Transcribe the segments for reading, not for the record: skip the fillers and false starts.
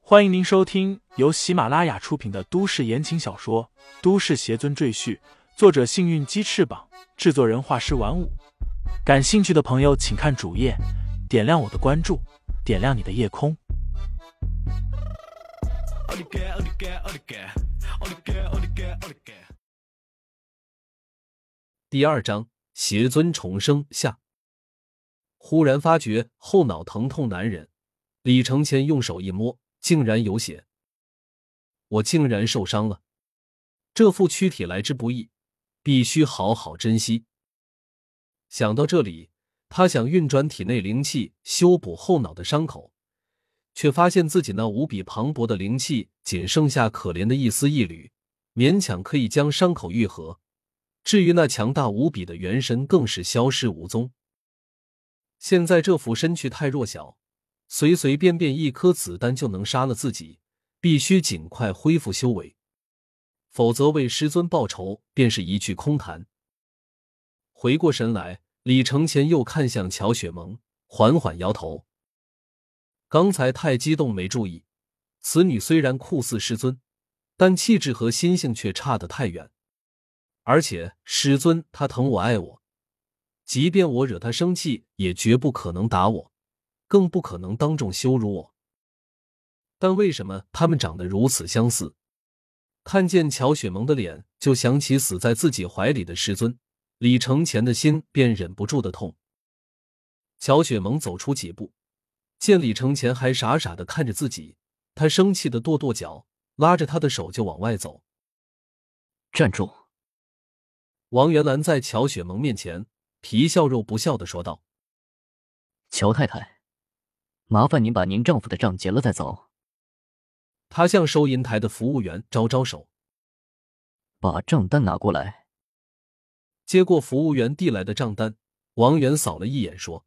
欢迎您收听由喜马拉雅出品的都市言情小说《都市邪尊赘婿》，作者幸运鸡翅膀，制作人画师玩五。感兴趣的朋友请看主页，点亮我的关注，点亮你的夜空。 第二章邪尊重生下。忽然发觉后脑疼痛难忍，李承前用手一摸，竟然有血。我竟然受伤了，这副躯体来之不易，必须好好珍惜。想到这里，他想运转体内灵气修补后脑的伤口，却发现自己那无比磅礴的灵气仅剩下可怜的一丝一缕，勉强可以将伤口愈合。至于那强大无比的元神更是消失无踪。现在这副身躯太弱小，随随便便一颗子弹就能杀了自己，必须尽快恢复修为，否则为师尊报仇便是一句空谈。回过神来，李承前又看向乔雪萌，缓缓摇头。刚才太激动没注意，此女虽然酷似师尊，但气质和心性却差得太远。而且师尊他疼我爱我，即便我惹他生气，也绝不可能打我，更不可能当众羞辱我。但为什么他们长得如此相似？看见乔雪萌的脸，就想起死在自己怀里的师尊，李承前的心便忍不住的痛。乔雪萌走出几步，见李承前还傻傻的看着自己，他生气的跺跺脚，拉着他的手就往外走。 站住！ 王元兰在乔雪萌面前皮笑肉不笑地说道： 乔太太，麻烦您把您丈夫的账结了再走。 他向收银台的服务员招招手， 把账单拿过来。 接过服务员递来的账单，王元扫了一眼说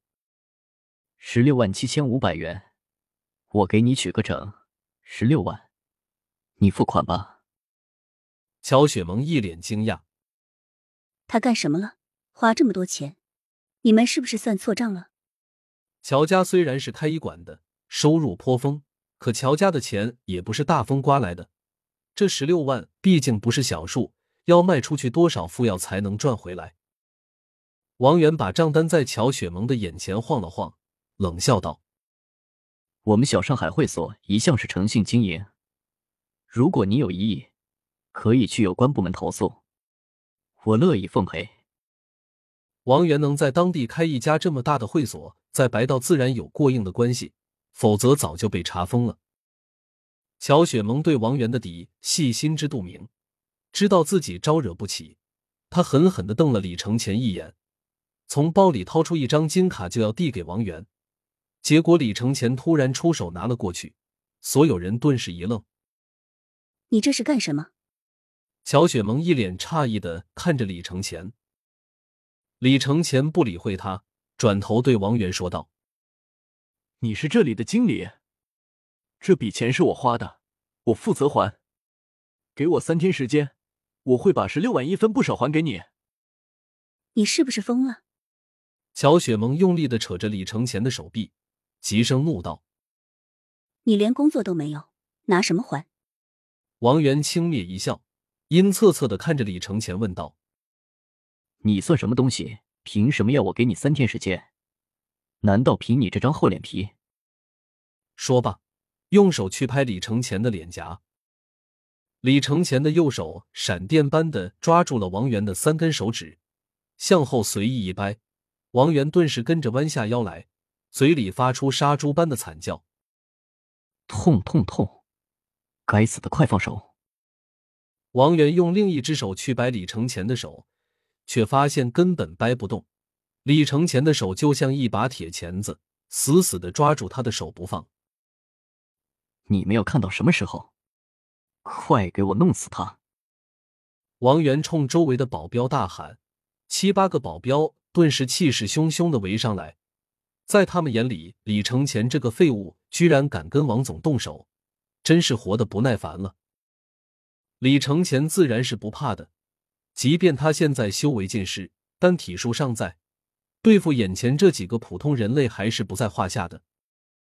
167500元，我给你取个整，16万，你付款吧。 乔雪萌一脸惊讶， 他干什么了？花这么多钱，你们是不是算错账了？ 乔家虽然是开医馆的，收入颇丰，可乔家的钱也不是大风刮来的，这16万毕竟不是小数，要卖出去多少副药才能赚回来？王元把账单在乔雪萌的眼前晃了晃，冷笑道： 我们小上海会所一向是诚信经营，如果你有异议，可以去有关部门投诉，我乐意奉陪。 王元能在当地开一家这么大的会所，在白道自然有过硬的关系，否则早就被查封了。乔雪萌对王元的底细心知肚明，知道自己招惹不起，他狠狠地瞪了李承前一眼，从包里掏出一张金卡就要递给王元，结果李承前突然出手拿了过去，所有人顿时一愣。 你这是干什么？ 乔雪萌一脸诧异地看着李承前。李承前不理会他，转头对王元说道： 你是这里的经理，这笔钱是我花的，我负责还。给我3天时间，我会把16万一分不少还给你。 你是不是疯了？ 乔雪萌用力地扯着李承前的手臂，急声怒道： 你连工作都没有，拿什么还？ 王元轻蔑一笑，阴恻恻地看着李承前问道： 你算什么东西？凭什么要我给你3天时间？难道凭你这张厚脸皮？ 说罢，用手去拍李承前的脸颊。李承前的右手闪电般地抓住了王元的3根手指，向后随意一掰，王元顿时跟着弯下腰来，嘴里发出杀猪般的惨叫： 痛痛痛！该死的，快放手！ 王元用另一只手去掰李承前的手，却发现根本掰不动，李承前的手就像一把铁钳子，死死地抓住他的手不放。 你们要看到什么时候？快给我弄死他！ 王元冲周围的保镖大喊，7、8个保镖顿时气势汹汹地围上来。在他们眼里，李承前这个废物居然敢跟王总动手，真是活得不耐烦了。李承前自然是不怕的，即便他现在修为尽失，但体术尚在，对付眼前这几个普通人类还是不在话下的。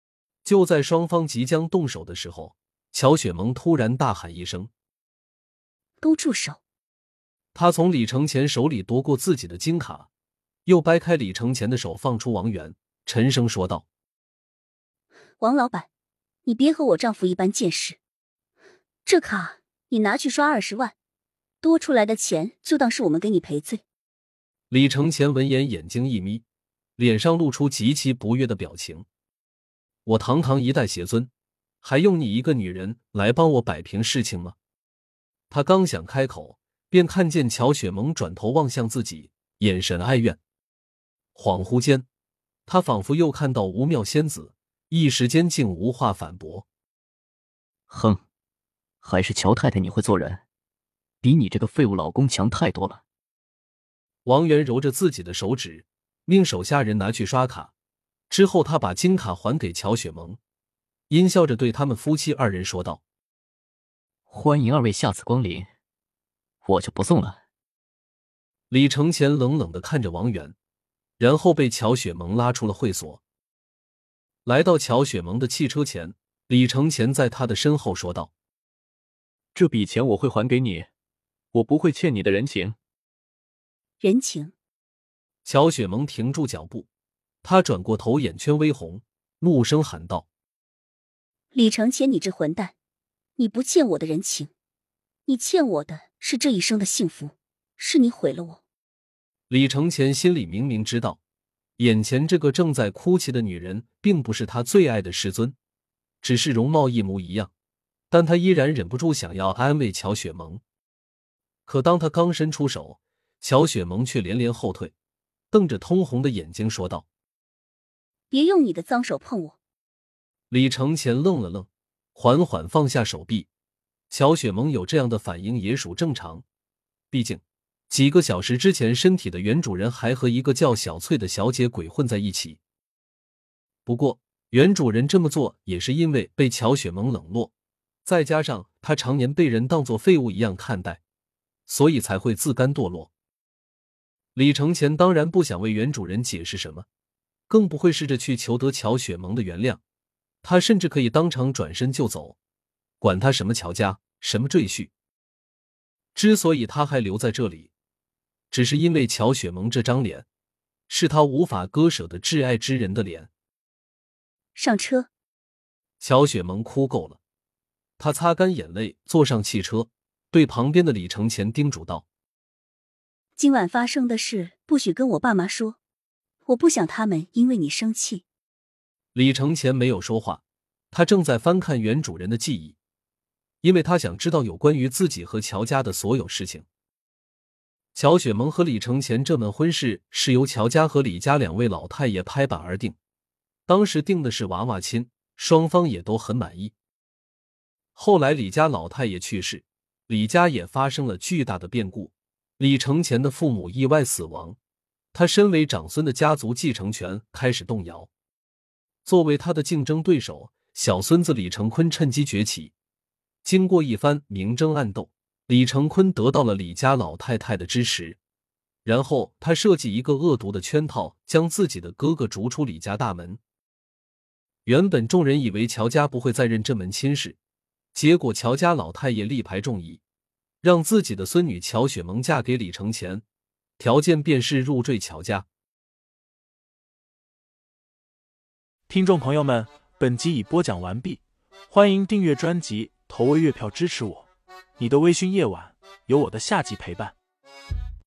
就在双方即将动手的时候，乔雪萌突然大喊一声：“ 都住手！” 他从李承前手里夺过自己的金卡，又掰开李承前的手，放出王源，沉声说道：“ 王老板，你别和我丈夫一般见识。这卡你拿去刷20万，多出来的钱就当是我们给你赔罪。” 李承前闻言眼睛一眯，脸上露出极其不悦的表情。我堂堂一代邪尊，还用你一个女人来帮我摆平事情吗？他刚想开口，便看见乔雪萌转头望向自己，眼神哀怨。恍惚间，他仿佛又看到吴妙仙子，一时间竟无话反驳。 哼，还是乔太太你会做人，比你这个废物老公强太多了。 王源揉着自己的手指，命手下人拿去刷卡，之后他把金卡还给乔雪萌，阴笑着对他们夫妻二人说道：“ 欢迎二位下次光临，我就不送了。” 李承前冷冷地看着王源，然后被乔雪萌拉出了会所。来到乔雪萌的汽车前，李承前在他的身后说道：“ 这笔钱我会还给你，我不会欠你的人情。” 人情？ 乔雪萌停住脚步，她转过头，眼圈微红，怒声喊道：“ 李承前，你这混蛋，你不欠我的人情，你欠我的是这一生的幸福，是你毁了我。” 李承前心里明明知道，眼前这个正在哭泣的女人并不是他最爱的师尊，只是容貌一模一样，但他依然忍不住想要安慰乔雪萌。可当他刚伸出手，乔雪萌却连连后退，瞪着通红的眼睛说道：“ 别用你的脏手碰我。” 李承前愣了愣，缓缓放下手臂。乔雪萌有这样的反应也属正常，毕竟几个小时之前身体的原主人还和一个叫小翠的小姐鬼混在一起。不过原主人这么做也是因为被乔雪萌冷落，再加上他常年被人当作废物一样看待，所以才会自甘堕落。李承前当然不想为原主人解释什么，更不会试着去求得乔雪萌的原谅，他甚至可以当场转身就走，管他什么乔家，什么赘婿。之所以他还留在这里，只是因为乔雪萌这张脸，是他无法割舍的挚爱之人的脸。 上车。 乔雪萌哭够了，她擦干眼泪，坐上汽车，对旁边的李承前叮嘱道：“ 今晚发生的事不许跟我爸妈说，我不想他们因为你生气。” 李承前没有说话，他正在翻看原主人的记忆，因为他想知道有关于自己和乔家的所有事情。乔雪萌和李承前这门婚事是由乔家和李家两位老太爷拍板而定，当时定的是娃娃亲，双方也都很满意。后来李家老太爷去世，李家也发生了巨大的变故，李承前的父母意外死亡，他身为长孙的家族继承权开始动摇。作为他的竞争对手，小孙子李承坤趁机崛起。经过一番明争暗斗，李承坤得到了李家老太太的支持，然后他设计一个恶毒的圈套，将自己的哥哥逐出李家大门。原本众人以为乔家不会再认这门亲事，结果乔家老太爷力排众议，让自己的孙女乔雪萌嫁给李承前，条件便是入赘乔家。 听众朋友们，本集已播讲完毕，欢迎订阅专辑，投喂月票支持我。你的微醺夜晚，有我的下集陪伴。